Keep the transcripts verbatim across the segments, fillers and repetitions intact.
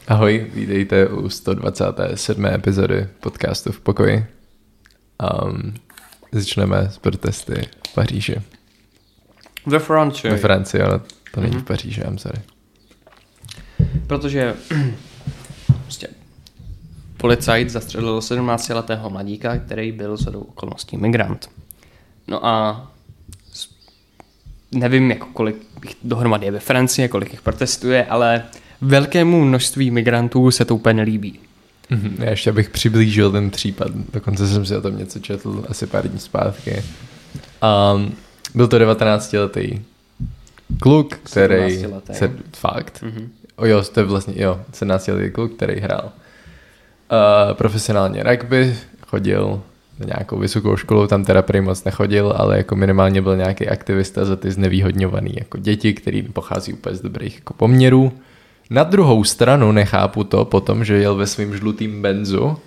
Ahoj, vítejte u sto dvacáté sedmé epizody podcastu V pokoji. Um, začneme s protesty v Paříži. Ve Francii. Ve Francii, ale to není mm-hmm. v Paříži, I'm sorry. Protože prostě policajt zastřelil sedmnáctiletého mladíka, který byl shodou okolností migrant. No a nevím, jako kolik jich dohromady je ve Francii, kolik jich protestuje, ale velkému množství migrantů se to úplně nelíbí. Mm-hmm. Já ještě bych přiblížil ten případ, dokonce jsem si o tom něco četl asi pár dní zpátky. Um, byl to devatenáctiletý kluk, který... Se, fakt. Mm-hmm. O jo, to je vlastně, jo, sedmnáctiletý kluk, který hrál uh, profesionálně rugby, chodil na nějakou vysokou školu, tam teda prý moc nechodil, ale jako minimálně byl nějaký aktivista za ty znevýhodňovaný jako děti, který pochází úplně z dobrých jako poměrů. Na druhou stranu nechápu to potom, že jel ve svým žlutým benzu um,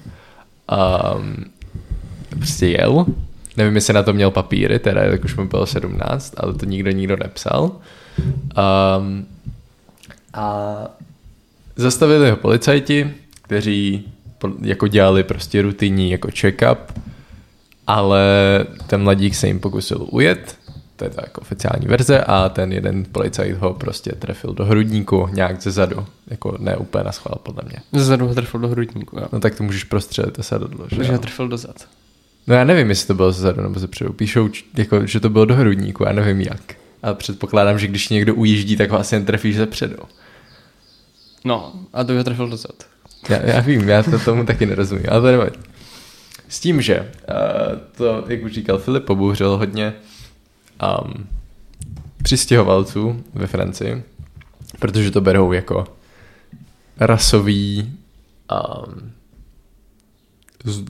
prostě jel. Nevím, jestli na to měl papíry, teda jak už mu bylo sedmnáct, ale to nikdo nikdo nepsal. Um, a zastavili ho policajti, kteří jako dělali prostě rutinní jako check-up, ale ten mladík se jim pokusil ujet, to je ta jako oficiální verze, a ten jeden policajt ho prostě trefil do hrudníku nějak ze zadu, jako ne úplně na schvál podle mě. Ze zadu ho trefil do hrudníku, jo. No tak to můžeš prostřelit a sedadlo, že Takže ho trefil do zad. No já nevím, jestli to bylo ze zadu nebo ze předu. Píšou, jako, že to bylo do hrudníku, já nevím jak. Ale předpokládám, že když někdo ujíždí, tak vlastně trefíš ze předu. No, a to ho trefil do zad. Já, já vím, já to tomu taky nerozumím, ale to nevadí. S tím, že uh, to, jak už říkal Filip, pobouřil hodně um, přistěhovalců ve Francii, protože to berou jako rasový um, z,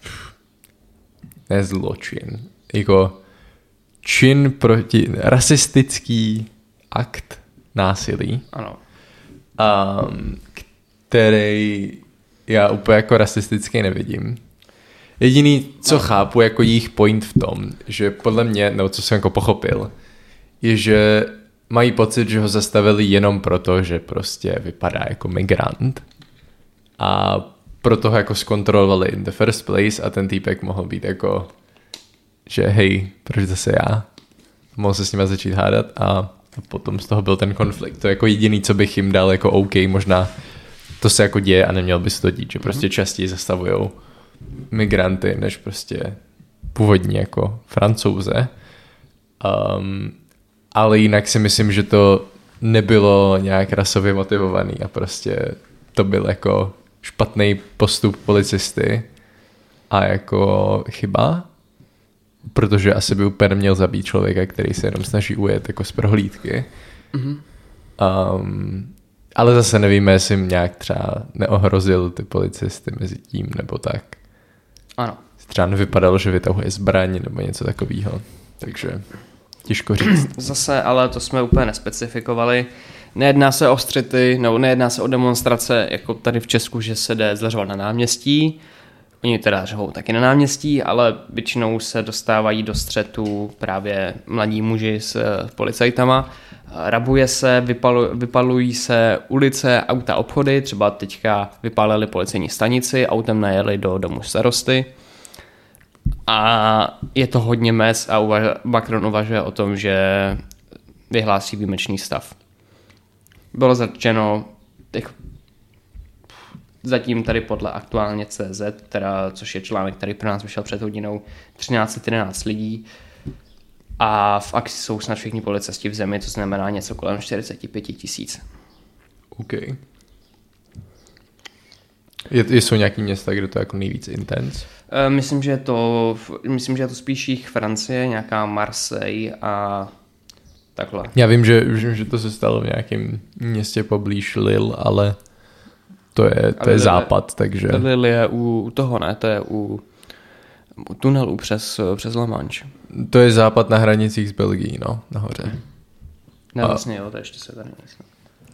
ne zločin, jako čin proti, rasistický akt násilí. Ano. Um, který já úplně jako rasistický nevidím. Jediný, co no. chápu jako jejich point v tom, že podle mě, nebo co jsem jako pochopil, je, že mají pocit, že ho zastavili jenom proto, že prostě vypadá jako migrant a proto ho jako zkontrolovali in the first place a ten týpek mohl být jako, že hej, proč zase já? Mohl se s nima začít hádat a, a potom z toho byl ten konflikt. To je jako jediný, co bych jim dal jako OK, možná to se jako děje a neměl by se to dít, že prostě častěji zastavujou migranty, než prostě původní jako Francouze. Um, ale jinak si myslím, že to nebylo nějak rasově motivovaný a prostě to byl jako špatný postup policisty a jako chyba, protože asi by úplně neměl zabít člověka, který se jenom snaží ujet jako z prohlídky. Mm-hmm. Um, ale zase nevíme, jestli nějak třeba neohrozil ty policisty mezi tím nebo tak. Ano. Třeba nevypadalo, že vytahuje zbraň nebo něco takového. Takže těžko říct. Zase, ale to jsme úplně nespecifikovali. Nejedná se o střety, nebo nejedná se o demonstrace, jako tady v Česku, že se jde zleřovat na náměstí. Oni teda řvou taky na náměstí, ale většinou se dostávají do střetu právě mladí muži s policajtama. Rabuje se, vypalu, vypalují se ulice, auta, obchody, třeba teďka vypálili policejní stanici, autem najeli do domu starosty. A je to hodně mes a uvaž, Macron uvažuje o tom, že vyhlásí výjimečný stav. Bylo zatčeno těch, zatím tady podle aktuálně C Z, teda, což je článek, který pro nás vyšel před hodinou, třináct set jedenáct lidí. A v akci jsou snad všichni policisti v zemi, to znamená něco kolem čtyřicet pět tisíc. OK. Je, jsou nějaký města, kde to je jako nejvíc intens? E, myslím, že je to, myslím, že je to spíš jich Francie, nějaká Marseille a takhle. Já vím, že, vím, že to se stalo v nějakém městě poblíž Lille, ale to je, to je Lille, západ, takže... Lille je u toho, ne? To je u, u tunelu přes, přes La Manche. To je západ na hranicích s Belgií, no, nahoře. Ne, vlastně jo, to ještě se tady nejsem.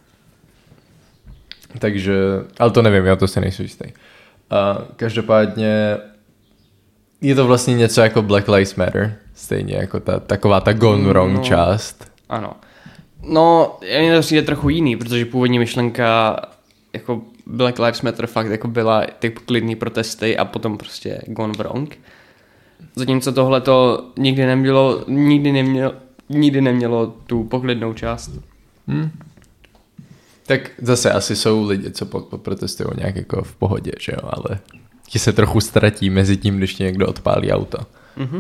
Takže, ale to nevím, já to si nejsem jistý. A každopádně je to vlastně něco jako Black Lives Matter, stejně jako ta, taková ta gone wrong no, část. Ano. No, mně to přijde trochu jiný, protože původní myšlenka jako Black Lives Matter fakt jako byla ty klidný protesty a potom prostě gone wrong. Zatímco tohle to nikdy nemělo, nikdy nemělo, nikdy nemělo tu poklidnou část. Hmm. Tak zase asi jsou lidi, co protestují nějak jako v pohodě, že jo, ale ti se trochu ztratí mezi tím, když někdo odpálí auto. Mm-hmm.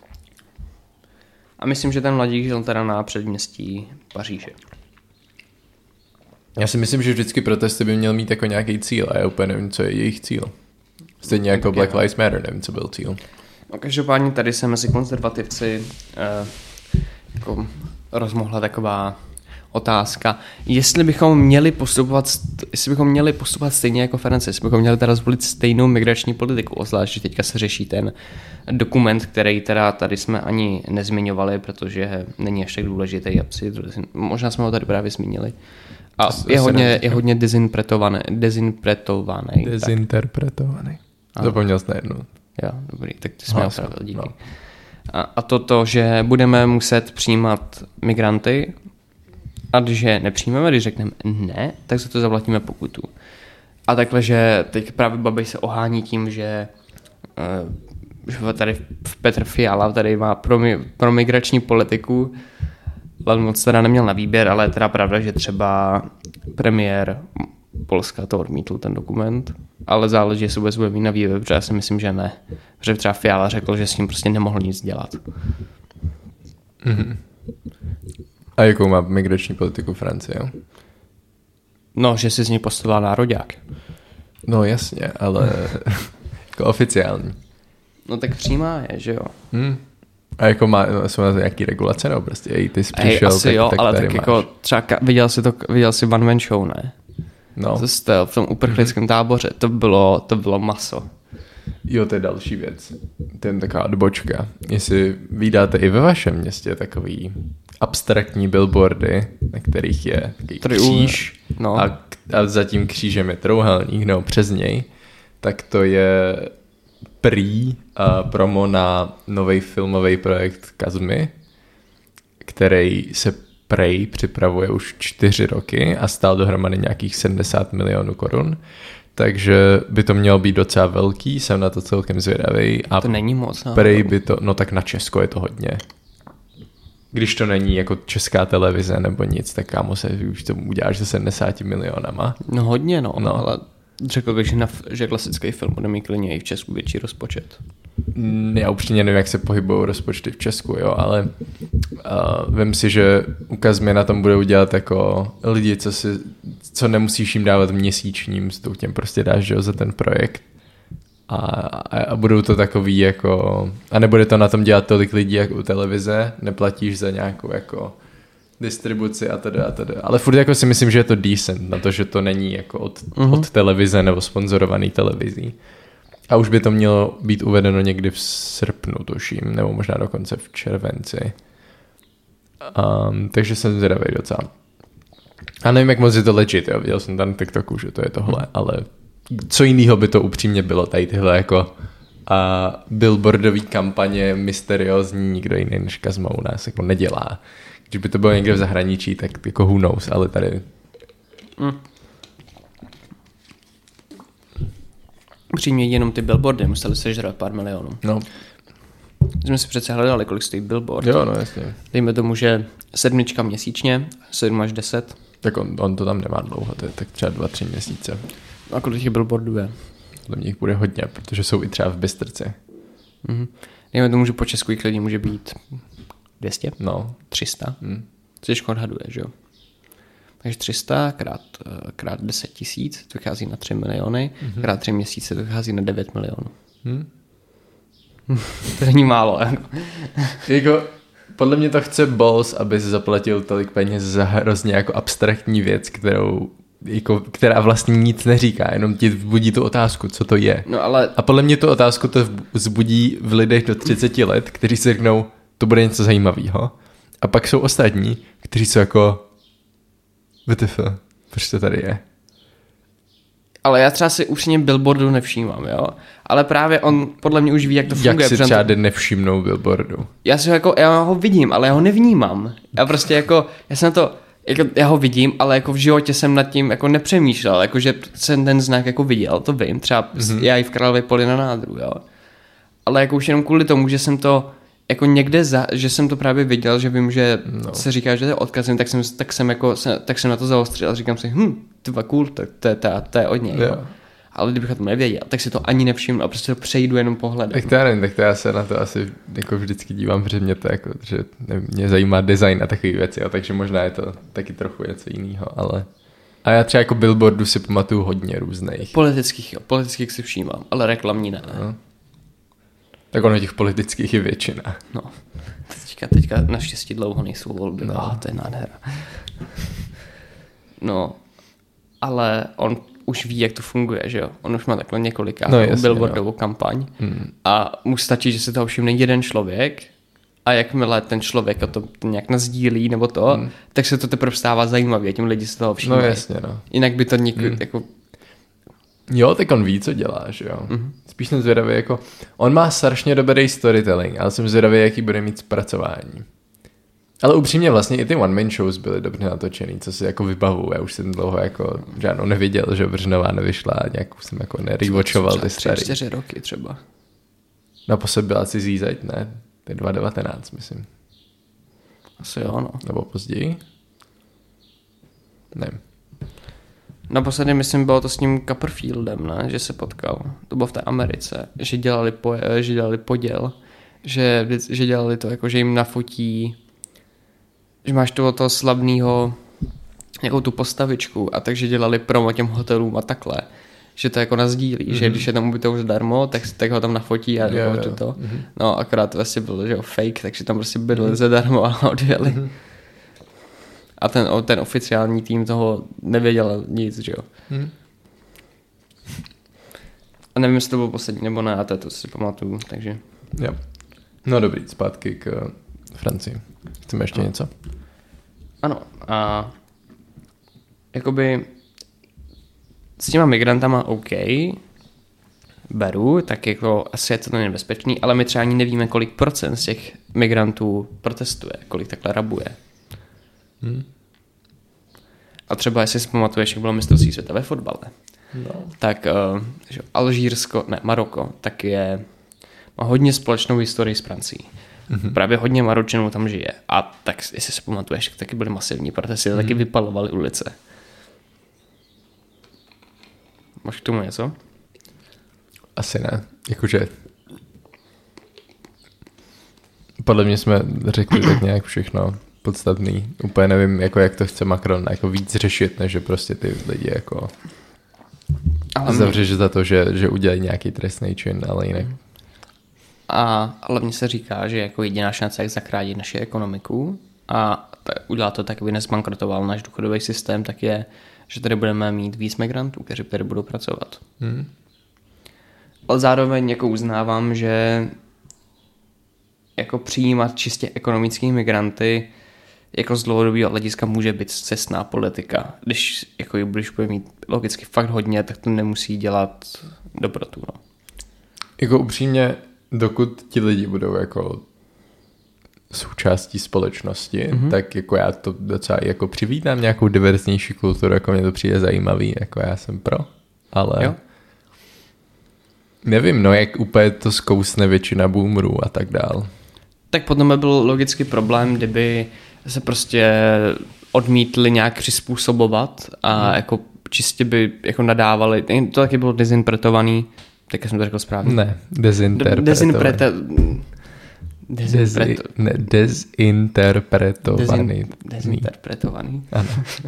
A myslím, že ten mladík žil teda na předměstí Paříže. Já si myslím, že vždycky protesty by měl mít jako nějaký cíl a já úplně nevím, co je jejich cíl. Stejně jako okay. Black Lives Matter, nevím, co byl cíl. No, každopádně tady se mezi konzervativci eh, jako rozmohla taková otázka, jestli bychom měli postupovat, jestli bychom měli postupovat stejně jako Francie, jestli bychom měli teda zvolit stejnou migrační politiku, obzvlášť, že teďka se řeší ten dokument, který teda tady jsme ani nezmiňovali, protože není až tak důležitý, možná jsme ho tady právě zmínili. A je hodně, je hodně dezinterpretovaný. Dezinterpretovaný. Dezinterpretovaný. Zapomněl jsi na jednu. Jo, dobrý, tak ty jsme no, opravdu díky. No. A, a toto, že budeme muset přijímat migranty a když je nepřijmeme, když řekneme ne, tak za to zaplatíme pokutu. A takhle, že teď právě Babiš se ohání tím, že, že tady Petr Fiala tady má pro, pro migrační politiku, ale moc teda neměl na výběr, ale je teda pravda, že třeba premiér Polska to odmítl ten dokument, ale záleží, jestli vůbec bude mít na výběr, protože já si myslím, že ne. Protože třeba Fiala řekl, že s tím prostě nemohl nic dělat. Mm-hmm. A jakou má migrační politiku Francie? No, že si z ní postavila nároďák. No jasně, ale jako oficiální. No tak přímá je, že jo. Hmm. A jako má, jsou na to nějaký regulace, nebo prostě ej, ty jsi přišel, Ej, asi tak, jo, tak ale tady tak máš. jako třeba viděl jsi to, viděl jsi One Man Show, ne? No. To jste v tom uprchlickém táboře, to bylo, to bylo maso. Jo, to je další věc. To je taková odbočka. Jestli vydáte i ve vašem městě takový abstraktní billboardy, na kterých je takový kříž no. a, a za tím křížem je trouhelník, nebo přes něj, tak to je prý uh, promo na nový filmový projekt Kazmy, který se prej připravuje už čtyři roky a stál dohromady nějakých sedmdesát milionů korun. Takže by to mělo být docela velký, jsem na to celkem zvědavý. A to není moc. No. Prej by to, no tak na Česko je to hodně. Když to není jako česká televize nebo nic, tak kámo se už to uděláš se sedmdesáti milionama. No hodně, no, no. ale řekl bych, že, na, že klasický film bude mít klidně i v Česku větší rozpočet. Já upřímně nevím, jak se pohybují rozpočty v Česku, jo, ale uh, vem si, že ukaz mě na tom bude udělat jako lidi, co, si, co nemusíš jim dávat měsíční mzdu, těm prostě dáš, že jo, za ten projekt a, a, a budou to takový jako, a nebude to na tom dělat tolik lidí jako u televize, neplatíš za nějakou jako distribuci a teda a teda, ale furt jako si myslím, že je to decent na to, že to není jako od, uh-huh. od televize nebo sponzorovaný televizí. A už by to mělo být uvedeno někdy v srpnu, tuším, nebo možná dokonce v červenci. Um, takže jsem zvědavý docela. A nevím, jak moc je to legit, jo. Viděl jsem tam na TikToku, že to je tohle, ale co jiného by to upřímně bylo, tady tyhle jako a billboardový kampaně mysteriózní, nikdo jiný než Kazma u nás jako nedělá. Když by to bylo někde v zahraničí, tak jako who knows, ale tady... Mm. Přímě jenom ty billboardy museli sežrat pár milionů. No. Jsme si přece hledali, kolik stojí billboard. Jo, no jasně. Dejme tomu, že sedmička měsíčně, sedm až deset. Tak on, on to tam nemá dlouho, to je tak třeba dva, tři měsíce. A kolik těch billboardů je? Podle mě jich bude hodně, protože jsou i třeba v Bystrci. Mhm. Dejme tomu, že po Česku jich lidí může být dvě stě? No. tři sta? Hmm. Těžko odhaduje, že jo? Takže tři sta krát, krát deset tisíc, to vychází na tři miliony, mm-hmm. krát tři měsíce to vychází na devět milionů. Hmm. To není málo. Jako. jako, podle mě to chce boss, aby si zaplatil tolik peněz za hrozně jako abstraktní věc, kterou, jako, která vlastně nic neříká, jenom ti vzbudí tu otázku, co to je. No, ale... A podle mě tu otázku to vzbudí v lidech do třiceti let, kteří si řeknou, to bude něco zajímavého. A pak jsou ostatní, kteří jsou jako W T F, proč to tady je? Ale já třeba si upřímně billboardu nevšímám, jo? Ale právě on podle mě už ví, jak to funguje. Jak si třeba jde nevšimnou billboardu? Já si ho jako, já ho vidím, ale já ho nevnímám. Já prostě jako, já se na to jako já ho vidím, ale jako v životě jsem nad tím jako nepřemýšlel, jakože jsem ten znak jako viděl, to vím, třeba mm-hmm. já i v Králově poli na nádru, jo. Ale jako už jenom kvůli tomu, že jsem to jako někde, za, že jsem to právě viděl, že vím, že no. se říká, že to je odkazem, tak jsem, tak jsem, jako, tak jsem na to zaostřil a říkám si, hm, tyva cool, to, to, to, to je od něj. Yeah. Ale kdybych to nevěděl, tak si to ani nevšiml a prostě to přejdu jenom pohledem. Tak to já nevím, tak to já se na to asi jako vždycky dívám, protože mě to jako, že nevím, mě zajímá design a takové věci, a takže možná je to taky trochu něco jiného, ale... A já třeba jako billboardu si pamatuju hodně různých. Politických, jo, politických si všímám, ale reklamní ne. No. Tak ono těch politických je většina. No, teďka, teďka naštěstí dlouho nejsou volby, no. Ah, to je nádhera. No, ale on už ví, jak to funguje, že jo? On už má takhle několika no, billboardovou no. kampaň hmm. a mu stačí, že se toho všimne jeden člověk a jakmile ten člověk to nějak nazdílí nebo to, hmm. tak se to teprve stává zajímavě, tím lidi se toho všimne. No jasně, no. Jinak by to něk, hmm. jako... Jo, tak on ví, co dělá, že jo? Mm-hmm. Spíš jsem zvědavý, jako... On má strašně dobrý storytelling, ale jsem zvědavý, jaký bude mít zpracování. Ale upřímně vlastně i ty one-man shows byly dobře natočený, co si jako vybavu. Já už jsem dlouho jako žádnou neviděl, že Vržnová nevyšla a nějak jsem jako nerewatchoval ty starý. Tři, čtyři roky třeba. Naposled byla Cizí zeď, ne? To je dva tisíce devatenáct, myslím. Asi jo, no. Nebo později? Ne. Naposledy, myslím, bylo to s tím Copperfieldem, ne? Že se potkal. To bylo v té Americe, že dělali, po, že dělali poděl, že, že dělali to, jako že jim nafotí, že máš toho toho slavného, nějakou tu postavičku a takže dělali promo těm hotelům a takhle. Že to jako nazdílí, mm-hmm. že když je tam ubytou zdarma, tak, tak ho tam nafotí a yeah, yeah. to. Mm-hmm. No akorát to vlastně bylo, že jo, fake, takže tam prostě bydleli mm-hmm. zadarmo a odjeli. Mm-hmm. A ten, ten oficiální tým toho nevěděl nic, že jo. Hmm. A nevím, jestli to bylo poslední nebo ne, a to, to si pamatuju, takže... Jo. No dobrý, zpátky k Francii. Chceme ještě no. něco? Ano, a jakoby s těma migrantama OK, beru, tak jako asi je to nebezpečný, ale my třeba ani nevíme, kolik procent z těch migrantů protestuje, kolik takhle rabuje. Hmm. A třeba, jestli si pamatuješ, jak bylo mistrovství světa ve fotbale, no. tak uh, že Alžírsko, ne, Maroko, tak je, má hodně společnou historii s Francií. Mm-hmm. Právě hodně Maročanů tam žije. A tak, jestli si pamatuješ, taky byly masivní protesty, mm-hmm. taky vypalovaly ulice. Máš k tomu něco? Asi ne. Jakože podle mě jsme řekli tak nějak všechno podstatný. Úplně nevím, jako jak to chce Macron jako víc řešit, než že prostě ty lidi jako zavřeš za to, že, že udělají nějaký trestný čin, ale jinak. A hlavně se říká, že jako jediná šance, jak zachránit naši ekonomiku a udělat to tak, aby nezbankrotoval náš důchodový systém, tak je, že tady budeme mít víc migrantů, kteří tady budou pracovat. Hmm. Ale zároveň jako uznávám, že jako přijímat čistě ekonomický migranty jako z dlouhodobého hlediska může být cestná politika. Když jako když bude mít logicky fakt hodně, tak to nemusí dělat dobrotu. No. Jako upřímně, dokud ti lidi budou jako součástí společnosti, mm-hmm. tak jako já to docela jako přivítám nějakou diverznější kulturu, jako mě to přijde zajímavý, jako já jsem pro, ale jo? Nevím, no jak úplně to zkousne většina boomerů a tak dál. Tak potom by byl logický problém, kdyby se prostě odmítli nějak přizpůsobovat a hmm. jako čistě by jako nadávali, to taky bylo dezinterpretovaný, tak jsem to řekl správně. Ne, dezinterpretovaný. Dezinterpreta... Dezinterpreto... Ne, dezinterpretovaný. Dezin... Dezinterpretovaný. Ano.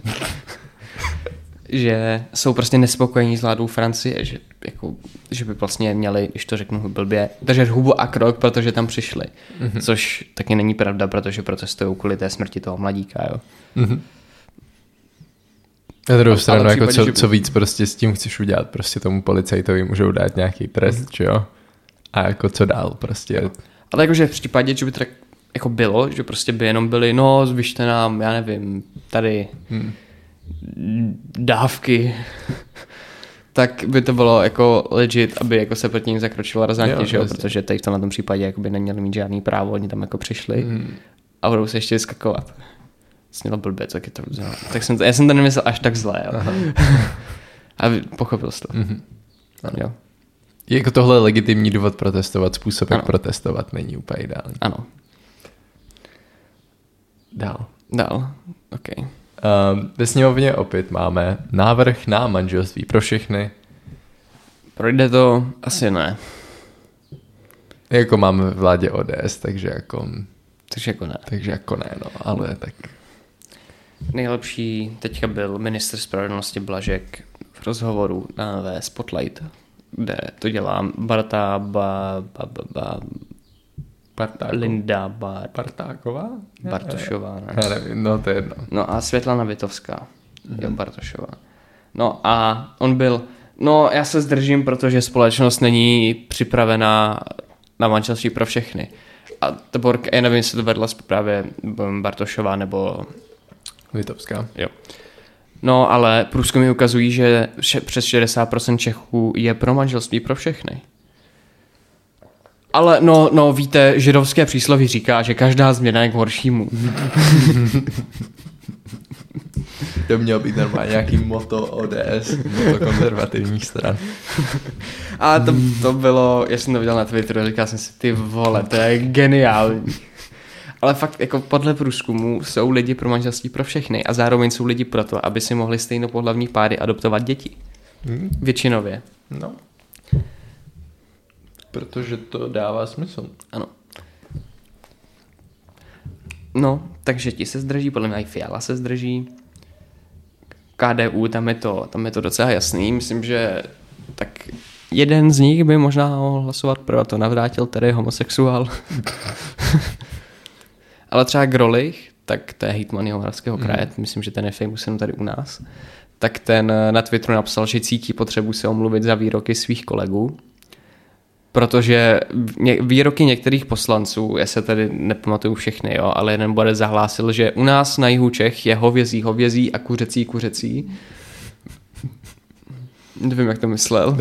Že jsou prostě nespokojení s vládou Francie, že, jako, že by vlastně měli, když to řeknu blbě, držet hubu a krok, protože tam přišli. Mm-hmm. Což taky není pravda, protože protestují kvůli té smrti toho mladíka. Jo. Mm-hmm. Na druhou stranu, jako co, že... co víc prostě s tím chceš udělat, prostě tomu policajtovi můžou dát nějaký trest, mm-hmm. že jo? A jako co dál prostě. Ale jakože v případě, že by to tak jako bylo, že prostě by jenom byli, no zvyšte nám, já nevím, tady... Hmm. dávky, tak by to bylo jako legit, aby jako se proti ním zakročilo razantně, že jo, protože tady v tom na tom případě jako by neměli mít žádný právo, oni tam jako přišli mm. a budou se ještě vyskakovat. snělo blbě, tak je to tak jsem to, já jsem to nemyslel až tak zlé, jo. A pochopil jsi to. Mm-hmm. Jo. Jako tohle legitimní důvod protestovat, způsob, jak ano. protestovat, není úplně ideální. Ano. Dál. Dál, ok. Um, ve sněmovně opět máme návrh na manželství pro všechny. Projde to? Asi ne. Jako máme ve vládě O D S, takže jako... Takže jako ne. Takže jako ne, no, ale tak... Nejlepší teďka byl ministr spravedlnosti Blažek v rozhovoru na ve Spotlight, kde to dělá Barta ba, ba, ba, ba, Bartáko. Linda Bar, Bartáková? Bartošová. Ne? Já nevím, no to je jedno. No a Světlana Vitovská. Mm-hmm. Jo, Bartošová. No a on byl, no já se zdržím, protože společnost není připravená na manželství pro všechny. A to Borka, já nevím, jestli to vedla právě Bartošová nebo... Vitovská. Jo. No, ale průzkumy ukazují, že přes šedesát procent Čechů je pro manželství pro všechny. Ale no, no víte, židovské přísloví říká, že každá změna je k horšímu. To mělo být normálně nějaký moto O D S, moto konzervativních stran. A to, to bylo, já jsem to viděl na Twitteru, říkal jsem si, ty vole, to je geniální. Ale fakt, jako podle průzkumu jsou lidi pro manželství pro všechny a zároveň jsou lidi pro to, aby si mohli stejnopohlavní páry adoptovat děti. Hmm. Většinově. No. Protože to dává smysl. Ano. No, takže ti se zdrží, podle mě i Fiala se zdrží. K D U, tam je to, tam je to docela jasný. Myslím, že tak jeden z nich by možná mohl hlasovat pro, a to Navrátil, který je homosexuál. Ale třeba Grolich, tak to je hejtman Jihomoravského kraje, mm. myslím, že ten je famous jenom tady u nás, tak ten na Twitteru napsal, že cítí potřebu se omluvit za výroky svých kolegů, protože výroky některých poslanců, já se tady nepamatuju všechny, jo, ale jeden bude zahlásil, že u nás na jihu Čech je hovězí hovězí a kuřecí kuřecí. Nevím, jak to myslel.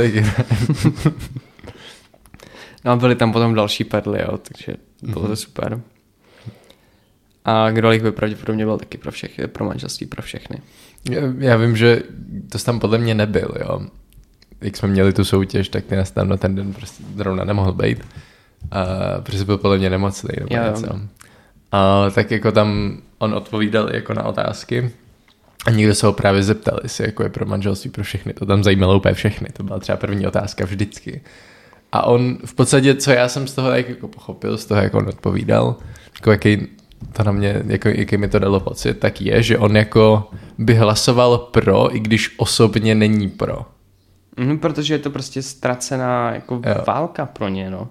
No a byly tam potom další perly, jo, takže bylo to super. A Grolich by pravděpodobně byl taky pro všechny, pro manželství pro všechny. Já, já vím, že to tam podle mě nebyl, jo. Jak jsme měli tu soutěž, tak ty tam na ten den prostě zrovna nemohl být. A protože byl podle mě nemocný nebo jo, něco. A tak jako tam on odpovídal jako na otázky a někdo se ho právě zeptal, jestli jako je pro manželství pro všechny. To tam zajímalo úplně všechny. To byla třeba první otázka vždycky. A on v podstatě, co já jsem z toho jako pochopil, z toho, jak on odpovídal, jako jaký to na mě, jako, jaký mi to dalo pocit, tak je, že on jako by hlasoval pro, i když osobně není pro. Mm, protože je to prostě ztracená jako jo. válka pro ně, no.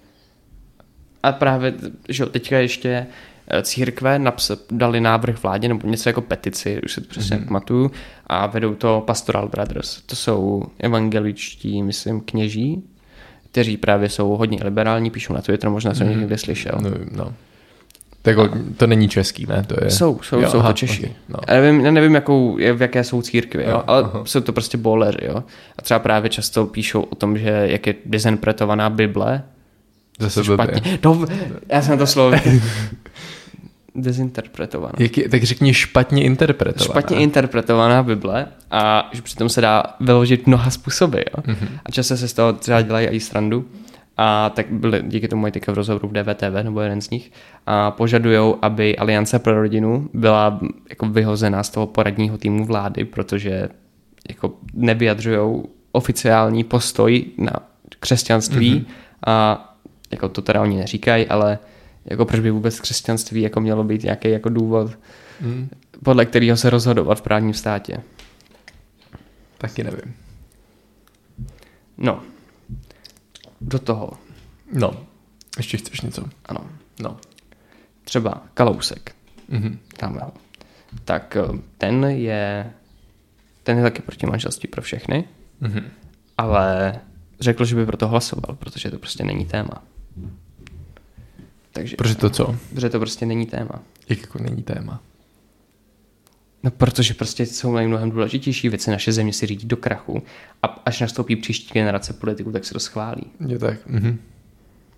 A právě, že teďka ještě církve naps- dali návrh vládě, nebo něco jako petici, už se to přesně mm-hmm. pamatuju, a vedou to Pastoral Brothers. To jsou evangeličtí, myslím, kněží, kteří právě jsou hodně liberální, píšou na Twitter, možná jsem mm-hmm. někde slyšel. No, no. Tak a... to není český, ne? To je... Jsou, jsou, jo, jsou aha, to Češi. okay, no. Já nevím, já nevím jakou, v jaké jsou církvy, jo, jo, ale aha. jsou to prostě bowleři, jo. A třeba právě často píšou o tom, že jak je dezinterpretovaná Bible. Zase špatně. No, já jsem to slovo... dezinterpretovaná. Je, tak řekni špatně interpretovaná. Špatně interpretovaná Bible a že přitom se dá vyložit mnoha způsoby, jo. Mm-hmm. A často se z toho třeba dělají i srandu. A tak byli díky tomu mají teďka v rozhovoru v D V T V, nebo jeden z nich, a požadujou, aby Aliance pro rodinu byla jako vyhozená z toho poradního týmu vlády, protože jako nevyjadřujou oficiální postoj na křesťanství mm-hmm. a jako to teda oni neříkají, ale jako proč by vůbec křesťanství jako mělo být nějaký jako důvod, mm. podle kterého se rozhodovat v právním státě. Taky nevím. No. Do toho. No. Ještě chceš něco? Ano. No. Třeba Kalousek. Mm-hmm. Tam ho. Tak ten je ten je taky proti manželství pro všechny, mm-hmm. ale řekl, že by pro to hlasoval, protože to prostě není téma. Takže, protože to co? Protože to prostě není téma. Jak jako není téma? No protože prostě jsou mnohem důležitější věci, naše země si řídí do krachu a až nastoupí příští generace politiků, tak se to schválí. Je tak. Mhm.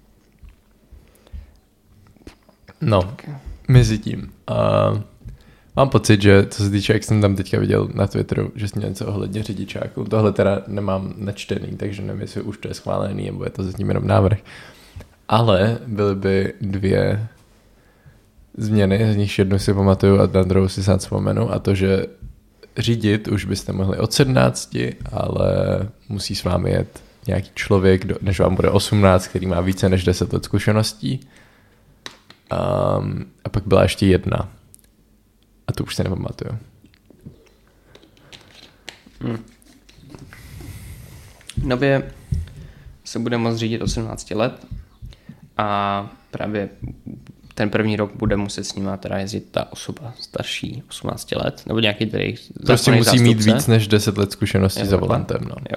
No, okay. Mezi tím. Uh, Mám pocit, že co se týče, jak jsem tam teďka viděl na Twitteru, že jsi měl něco ohledně řidičáku. Tohle teda nemám načtený, takže nevím, jestli už to je schválený, nebo je to zatím jenom návrh. Ale byly by dvě změny, z nich jednu si pamatuju a na druhou si snad vzpomenu, a to, že řídit už byste mohli od sedmnácti, ale musí s vámi jet nějaký člověk, než vám bude osmnáct, který má více než deset let zkušeností. Um, a pak byla ještě jedna. A to už si nepamatuju. Hmm. Nově se bude moct řídit od sedmnácti let a právě ten první rok bude muset s nima teda jezdit ta osoba starší osmnácti let, nebo nějaký tady prostě musí zástupce. Mít víc než deset let zkušeností je za volantem. No. Jo.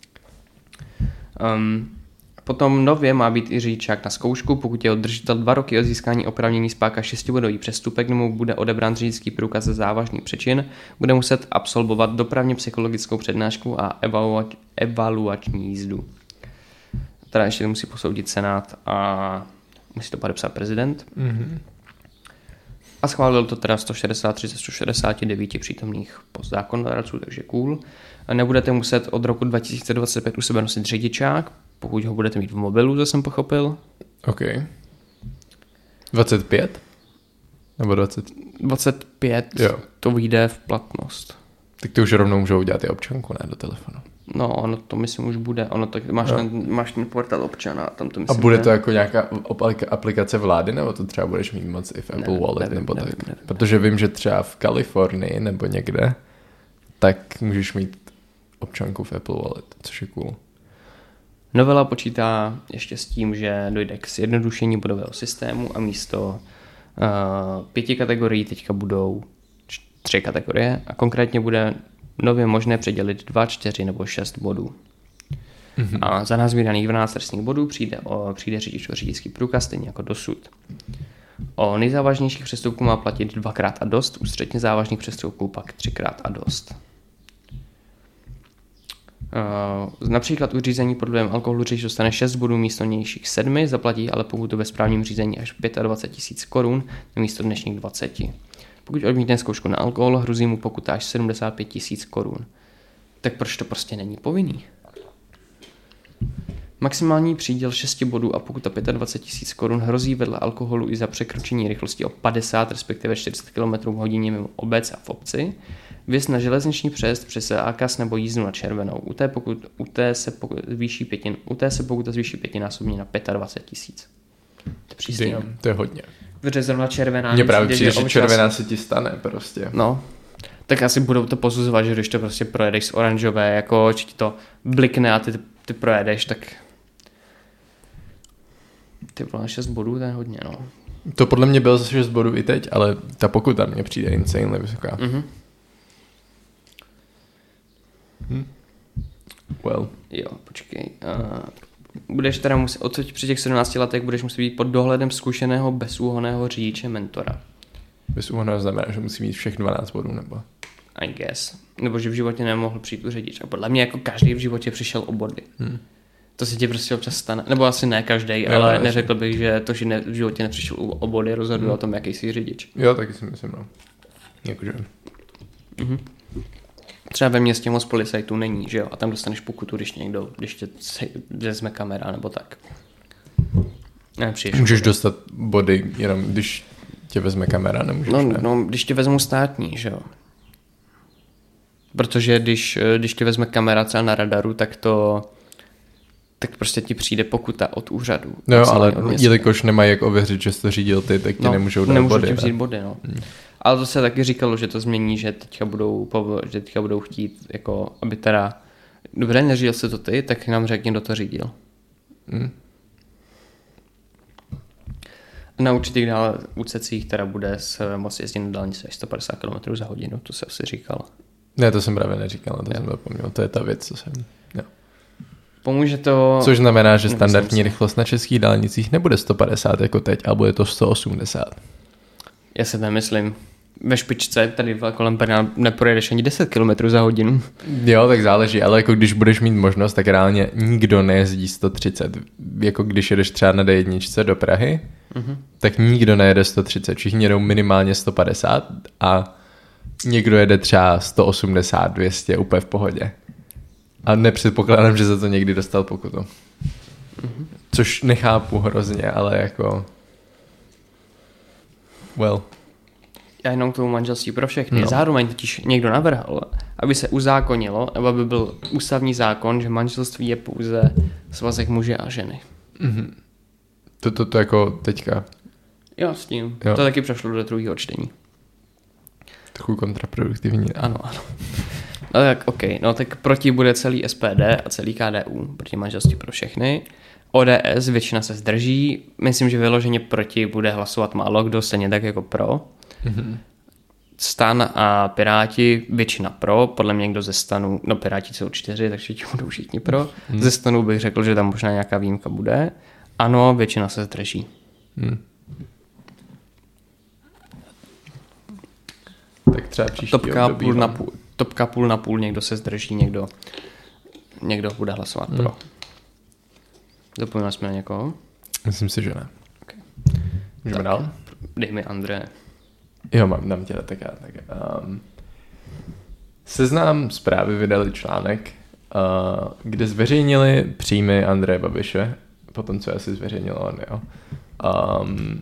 Um, potom nově má být i řidičák na zkoušku, pokud je držitel dva roky od získání oprávnění spáchá šestibodový přestupek, nebo bude odebrán řidičský průkaz za závažný přečin, bude muset absolvovat dopravně psychologickou přednášku a evaluač, evaluační jízdu. Teda ještě to musí posoudit senát a musí to podepsat prezident. Mm-hmm. A schválil to teda sto šedesát tři ze sto šedesát devět přítomných zákonodárců, takže cool. A nebudete muset od roku dva tisíce dvacet pět u sebe nosit řidičák, pokud ho budete mít v mobilu, to jsem pochopil. OK. dvacet pět? Nebo dvacet? dvacet pět jo. To vyjde v platnost. Tak ty už rovnou můžou udělat i občanku, ne, do telefonu. No, ono to myslím už bude. Ono to, máš, no. ten, máš ten portál občana a tam to myslím. A bude to jako nějaká aplikace vlády, nebo to třeba budeš mít moc i v Apple nevím, Wallet, nevím, nebo nevím, tak? Nevím. Protože vím, že třeba v Kalifornii nebo někde, tak můžeš mít občanku v Apple Wallet, což je cool. Novela počítá ještě s tím, že dojde k zjednodušení bodového systému a místo uh, pěti kategorií teďka budou tři kategorie a konkrétně bude nově možné předělit dva, čtyři nebo šest bodů. Mm-hmm. A za nazbíraných dvanáct trestních bodů přijde, o, přijde řidič o řidičský průkaz, stejně jako dosud. O nejzávažnějších přestupků má platit dvakrát a dost, u středně závažných přestupků pak třikrát a dost. Uh, například u řízení pod vlivem alkoholu řidič dostane šest bodů místo nějších sedmi, zaplatí ale pokutu ve správním řízení až dvacet pět tisíc korun místo dnešních dvacet. Pokud odmítne zkoušku na alkohol, hrozí mu pokuta až sedmdesát pět tisíc korun. Tak proč to prostě není povinný? Maximální příděl šesti bodů a pokuta dvacet pět tisíc korun hrozí vedle alkoholu i za překročení rychlosti o padesát, respektive čtyřicet kilometrů v hodině mimo obec a v obci. Věc na železniční přejezd přes zákaz nebo jízdu na červenou. U té, pokud, u té se pokud zvýší pětin, u té se pokuta zvýší pětinásobně na dvacet pět tisíc. To je To je hodně. Protože zrovna červená. Mně právě přijde, že červená se ti stane prostě. No, tak asi budou to posuzovat, že když to prostě projedeš z oranžové, jako či ti to blikne a ty, ty projedeš, tak ty vole, šest bodů, to je hodně, no. To podle mě bylo zase šest bodů i teď, ale ta pokuta mně přijde insanely vysoká. Mhm. Hm. Well. Jo, počkej. Uh, budeš teda muset, odsud při těch sedmnácti letech budeš muset být pod dohledem zkušeného bezúhonného řidiče mentora. Bezúhonného znamená, že musí mít všech dvanáct bodů, nebo? I guess. Nebo že v životě nemohl přijít u řidič. A podle mě jako každý v životě přišel o body. Hmm. To se ti prostě občas stane. Nebo asi ne každý, jo, ale jasný. neřekl bych, že to, že ne, v životě nepřišel o body, rozhoduje hmm. o tom, jaký jsi řidič. Jo, taky si myslím, no. Jakože. Mhm. Třeba ve městě moc policajtů není, že jo? A tam dostaneš pokutu, když někdo, když tě vezme kamera nebo tak. Ne, můžeš body. Dostat body, jenom když tě vezme kamera, nemůžeš, no, ne? No, když tě vezmu státní, že jo? Protože když, když tě vezme kamera třeba na radaru, tak to tak prostě ti přijde pokuta od úřadu. No jo, ale jelikož nemají jak ověřit, že jsi to řídil ty, tak ti no, nemůžou dát nemůžu body. Nemůžu ti vzít body, no. Hmm. Ale to se taky říkalo, že to změní, že teďka budou, že teďka budou chtít, jako, aby teda, dobře, neřídil se to ty, tak nám řekni, kdo to řídil. Hmm. Na určitých dál úsecích teda bude s moc jezdit na dálnici až sto padesát kilometrů za hodinu, to se asi říkal. Ne, to jsem právě neříkal, to jo. jsem zapomněl, to je ta věc, co jsem, jo. Pomůže to... Což znamená, že standardní rychlost na českých dálnicích nebude sto padesát jako teď, ale bude to sto osmdesát. Já si nemyslím. Ve špičce tady kolem Brna neprojedeš ani deset kilometrů za hodinu. Jo, tak záleží, ale jako když budeš mít možnost, tak reálně nikdo nejezdí sto třicet. Jako když jedeš třeba na dé jedna do Prahy, mm-hmm. tak nikdo nejede sto třicet. Všichni jedou minimálně sto padesát a někdo jede třeba sto osmdesát, dvě stě úplně v pohodě. A nepředpokládám, že za to někdy dostal pokutu. Mm-hmm. Což nechápu hrozně, ale jako... Well... Já jenom k tomu manželství pro všechny. No. Zároveň totiž někdo navrhl, aby se uzákonilo, nebo aby byl ústavní zákon, že manželství je pouze svazek muže a ženy. Mm-hmm. To, to, to jako teďka. Jo, s tím. Jo. To taky přešlo do druhého čtení. Trochu kontraproduktivní. Ne? Ano, ano. No tak OK, no tak proti bude celý S P D a celý K D U, proti manželství pro všechny. O D S většina se zdrží, myslím, že vyloženě proti bude hlasovat málo kdo, stejně tak jako pro. Mm-hmm. Stan a Piráti většina pro, podle mě někdo ze Stanu, no Piráti jsou čtyři, takže ti budou všichni pro. Mm-hmm. Ze Stanu bych řekl, že tam možná nějaká výjimka bude. Ano, většina se zdrží. Mm. Tak třeba příští Topka období, půl na půl, topka půl na půl, někdo se zdrží, někdo, někdo bude hlasovat mm. pro. Zapomněli jsme na někoho? Myslím si, že ne. Okay. Můžeme dál? Dej mi André. Jo, mám, dám tě tak já. Tak, um, Seznam Zprávy vydali článek, uh, kde zveřejnili příjmy Andreje Babiše, potom co asi zveřejnil on, jo. Um,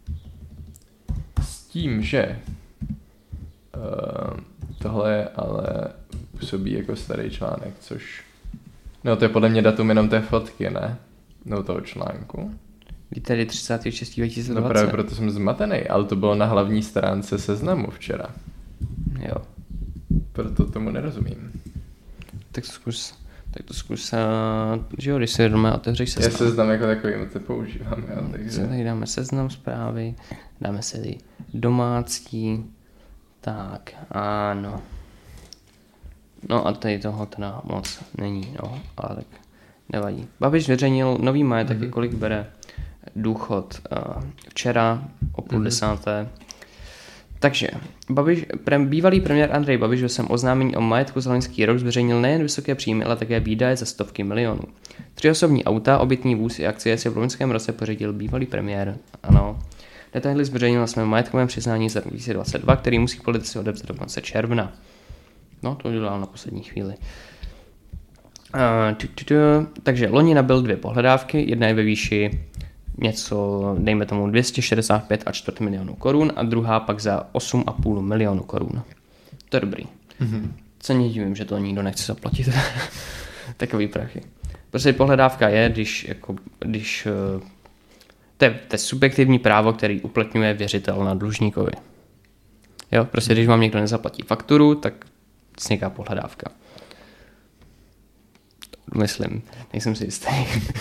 s tím, že uh, tohle je ale působí jako starý článek, což... No to je podle mě datum jenom té fotky, ne? No toho článku. Tady třicátého šestého dva tisíce dvacet. No právě proto jsem zmatený, ale to bylo na hlavní stránce Seznamu včera. Jo. Proto tomu nerozumím. Tak zkus, tak to zkus, uh, že jo, když si doma otevřeš Seznam. Já Seznam jako takový to používám, jo, takže... Tady dáme Seznam Zprávy, dáme se tady domácí, tak, ano. No a tady toho teda moc není, no, ale tak nevadí. Babiš zveřejnil nový majetek, mm-hmm. kolik bere důchod uh, včera o půl mm-hmm. desáté. Takže Babiš, pre, bývalý premiér Andrej Babiš ve svém oznámení o majetku za loňský rok zveřejnil nejen vysoké příjmy, ale také výdaje za stovky milionů. Tři osobní auta, obytný vůz i akcie si v loňském roce pořídil bývalý premiér. Ano. Detaily zveřejnil na svém majetkovém přiznání za dva tisíce dvacet dva, který musí politici odevzdat do konce června. No, to udělal na poslední chvíli. Uh, tu, tu, tu. Takže loni nabyl dvě pohledávky, jedna je ve výši něco, dejme tomu dvě stě šedesát pět a čtvrt milionů korun a druhá pak za osm a půl milionu korun. To je dobrý. Mm-hmm. Co nedivím, že to nikdo nechce zaplatit. Takový prachy. Prostě pohledávka je, když, jako, když to je, to je subjektivní právo, který uplatňuje věřitel na dlužníkovi. Jo, prostě když vám někdo nezaplatí fakturu, tak vzniká pohledávka. Myslím, nejsem si jistý.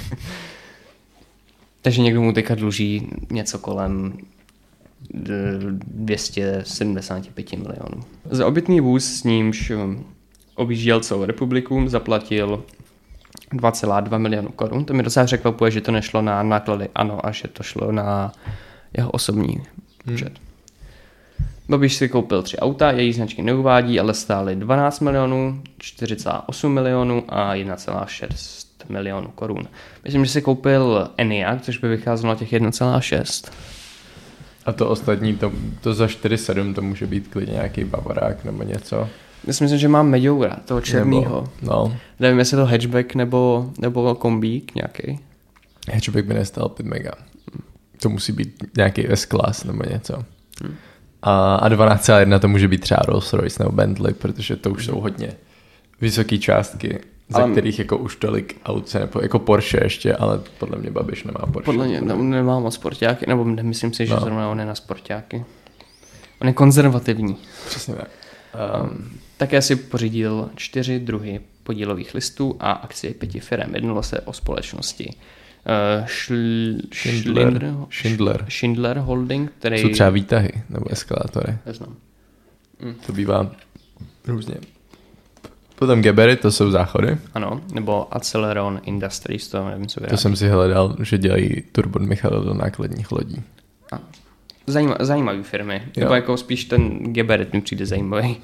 Takže někdo mu teďka dluží něco kolem dvě stě sedmdesát pět milionů. Za obytný vůz, s nímž objížděl celou republiku, zaplatil dva celá dva milionu korun. To mi docela překvapuje, že to nešlo na náklady ANO a že to šlo na jeho osobní účet. Hmm. Babiš si koupil tři auta, její značky neuvádí, ale stály dvanáct milionů, čtyři celá osm milionů a jedna celá šest milionů korun. Myslím, že si koupil Enyaq, což by vycházelo na těch jedna celá šest. A to ostatní, to, to za čtyři celá sedm to může být klidně nějaký bavorák nebo něco. Myslím, že mám Meďoura, toho černýho. No. Nevím, jestli to hatchback nebo, nebo kombík nějaký. Hatchback by nestal pět mega. To musí být nějaký S-Class nebo něco. Hmm. A, a dvanáct celá jedna to může být třeba Rolls Royce nebo Bentley, protože to už jsou hodně vysoké částky, za ale kterých jako už tolik aut se nepo, jako Porsche ještě, ale podle mě Babiš nemá Porsche. Podle mě ne, nemá moc sportáky, nebo myslím si, že no. zrovna on je na sportáky. On je konzervativní. Přesně tak. Um, um, také si pořídil čtyři druhy podílových listů a akcie pěti firem. Jednalo se o společnosti Uh, šl, Schindler, Schindler, Schindler. Schindler Holding, který... Jsou třeba výtahy nebo eskalátory. Neznám. Mm. To bývá různě. Potom Gebery, to jsou záchody. Ano, nebo Aceleron Industries, to nevím, co vyrábí. To jsem si hledal, že dělají turbomechaniky do nákladních lodí. A. Zajíma, zajímavý firmy. Jo. Nebo jako spíš ten Geberit mi přijde zajímavý.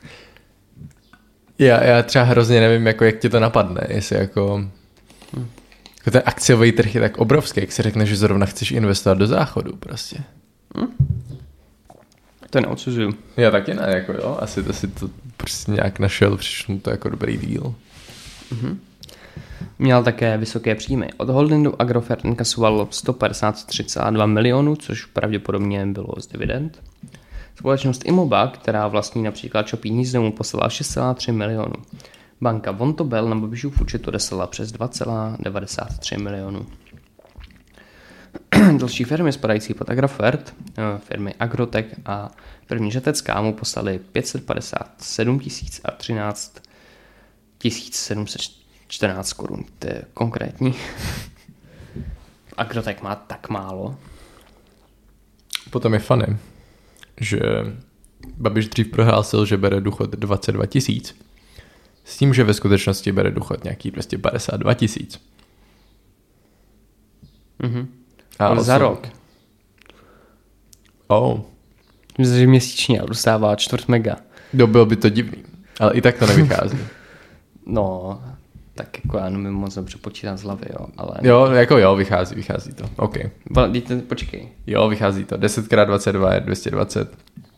Já, já třeba hrozně nevím, jako, jak ti to napadne, jestli jako... Hmm. Jako ten akciový trh je tak obrovský, jak si řekne, že zrovna chceš investovat do záchodu prostě. Hmm. To neodsuzuju. Já taky ne, jako jo, asi to si to prostě nějak našel, přišlo mu to jako dobrý deal. Mhm. Měl také vysoké příjmy. Od holdingu Agrofert inkasoval sto padesát tři celá dva milionů, což pravděpodobně bylo z dividend. Společnost Imoba, která vlastní například Čapí hnízdo, mu poslala šest celá tři milionů. Banka Vontobel na Babišův účet odeslala přes dva celá devadesát tři milionů. Další firmy spadající pod Agrofert, firmy Agrotech a První řetecká mu poslali pět set padesát sedm tisíc a třináct tisíc sedm set čtrnáct korun. To je konkrétní. Agrotech má tak málo. Potom je funny, že Babiš dřív prohlásil, že bere důchod dvacet dva tisíc. S tím, že ve skutečnosti bere důchod nějaký prostě padesát dva tisíc. Mhm. Ale za rok. Oh. Myslím, že měsíčně dostává čtvrt mega. No, bylo by to divný, ale i tak to nevychází. No, tak jako já nemím moc dobře počítat z hlavy, jo, ale... Jo, jako jo, vychází, vychází to, OK. Dejte, počkej. Jo, vychází to, deset krát dvacet dva je dvě stě dvacet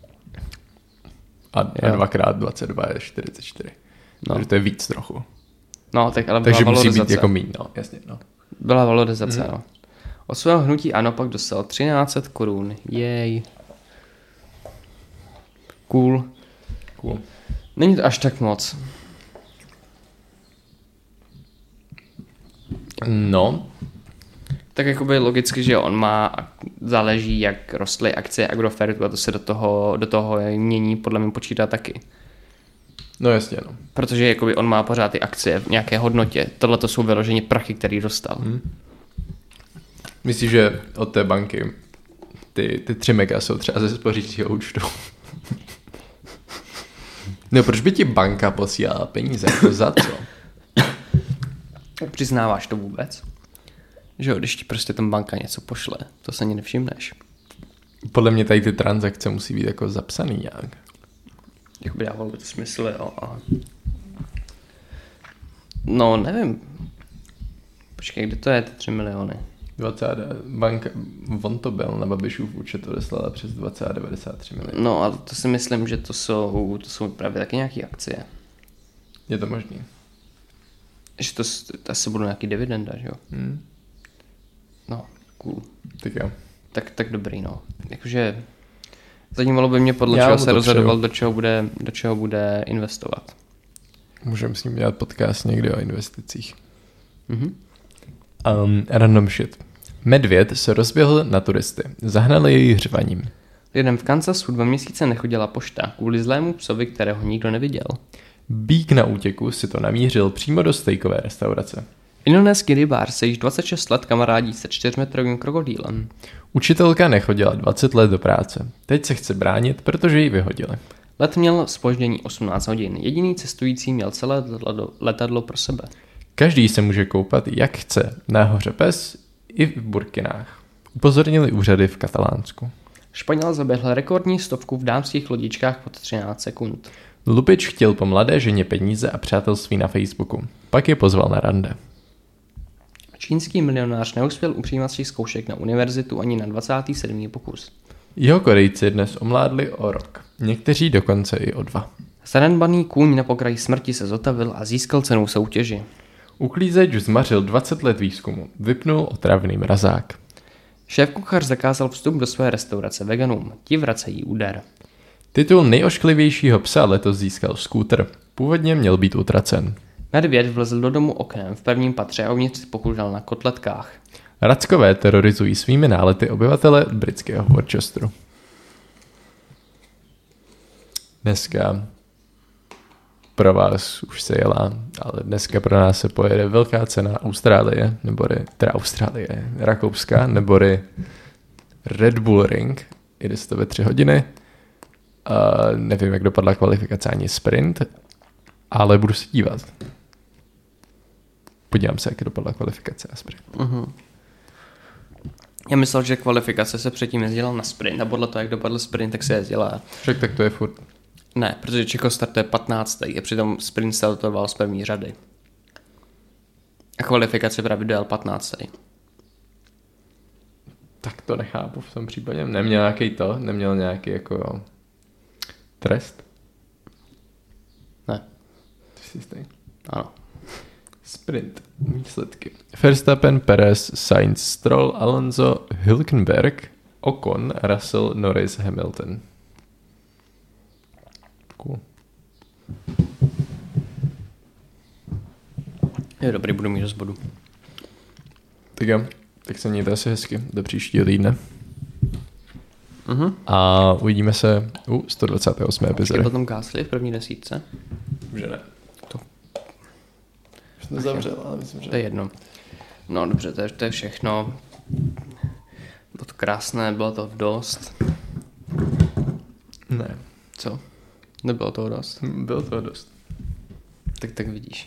a, a dva krát dvacet dva je čtyřicet čtyři. No. Takže to je víc trochu. No, tak ale Takže byla musí valorizace. být jako míň, no, jasně, no. Byla valorizace, Mhm. no. Od svého hnutí ANO pak dostal třináct set korun. Jej. Cool. Cool. Není to až tak moc. No, Tak jakoby logicky, že on má, záleží, jak rostly akcie Agrofertu a to se do toho, do toho mění, podle mě počítá taky. no jasně, no. Protože jakoby on má pořád ty akcie v nějaké hodnotě. Tohle to jsou vyloženě prachy, který dostal. Hmm. Myslíš, že od té banky ty, ty tři mega jsou třeba ze spořícího účtu? No, proč by ti banka posílala peníze? Jako za co? Přiznáváš to vůbec? Že jo, když ti prostě tam banka něco pošle, to se ani nevšimneš. Podle mě tady ty transakce musí být jako zapsaný nějak. Jak by dávalo to smysl, jo. A... No, nevím. Počkej, kde to je, ty tři miliony? dvacet banka Vontobel na Babišův účet odeslala přes dvacet devadesát tři milionů. No, ale to si myslím, že to jsou, to jsou právě taky nějaké akcie. Je to možný. Že to, to asi budou nějaký dividenda, že jo? Hmm. No, cool. Tak jo. Tak, tak dobrý, no. Jakože zajímalo by mě, podle Já čeho mu se to rozhodoval, přeju. do čeho, bude, do čeho bude investovat. Můžeme s ním dělat podcast někdy o investicích. Mhm. Um, random shit. Medvěd se rozběhl na turisty. Zahnali jej hřvaním. Lidem v Kansasu dva měsíce nechodila pošta kvůli zlému psovi, kterého nikdo neviděl. Bík na útěku si to namířil přímo do stejkové restaurace. Indonéský rybář se již dvacet šest let kamarádí se čtyřmetrovým krokodýlem. Učitelka nechodila dvacet let do práce. Teď se chce bránit, protože ji vyhodili. Let měl zpoždění osmnáct hodin. Jediný cestující měl celé letadlo pro sebe. Každý se může koupat, jak chce, nahoře pes i v burkinách. Upozornili úřady v Katalánsku. Španěl zaběhl rekordní stovku v dámských lodičkách pod třináct sekund. Lupič chtěl po mladé ženě peníze a přátelství na Facebooku. Pak je pozval na rande. Čínský milionář neuspěl u přijímacích zkoušek na univerzitu ani na dvacátý sedmý pokus. Jeho Korejci dnes omládli o rok. Někteří dokonce i o dva. Zanedbaný kůň na pokraji smrti se zotavil a získal cenu soutěži. Uklízeč zmařil dvacet let výzkumu. Vypnul otravný mrazák. Šéfkuchař zakázal vstup do své restaurace veganům. Ti vracejí úder. Titul nejošklivějšího psa letos získal skútr. Původně měl být utracen. Medvěd vlezl do domu oknem v prvním patře a uvnitř si pokoušel na kotletkách. Rackové terorizují svými nálety obyvatele britského Worcesteru. Dneska pro vás už se jela, ale dneska pro nás se pojede velká cena Austrálie, neboli teda Austrálie, Rakouska, neboli Red Bull Ring. Jde se to ve tři hodiny. Uh, nevím, jak dopadla kvalifikace ani sprint, ale budu se dívat. Podívám se, jak dopadla kvalifikace a sprint. Uh-huh. Já myslel, že kvalifikace se předtím jezdila na sprint a podle toho, jak dopadl sprint, tak se jezdila. Však tak to je furt. Ne, protože Čeko startuje patnáctý a přitom sprint startoval z první řady. A kvalifikace právě dojel patnáctý Tak to nechápu v tom případě. Neměl nějaký to, neměl nějaký jako Trest? Ne. Ty jsi jistý. Ano. Sprint. Výsledky. Verstappen, Perez, Sainz, Stroll, Alonso, Hülkenberg, Ocon, Russell, Norris, Hamilton. Cool. Je dobrý, budu mít dost bodů. Tak jo, tak se mějte asi hezky do příštího týdne. Mhm. A uvidíme se u sto dvacáté osmé epizody. Ještě potom Gasly v první desítce? Že ne. To. Už to zavřel, ale myslím, že... To je jedno. No dobře, to je, to je všechno. Bylo to krásné, bylo to dost. Ne. Co? Nebylo toho dost? Bylo toho dost. Tak tak vidíš.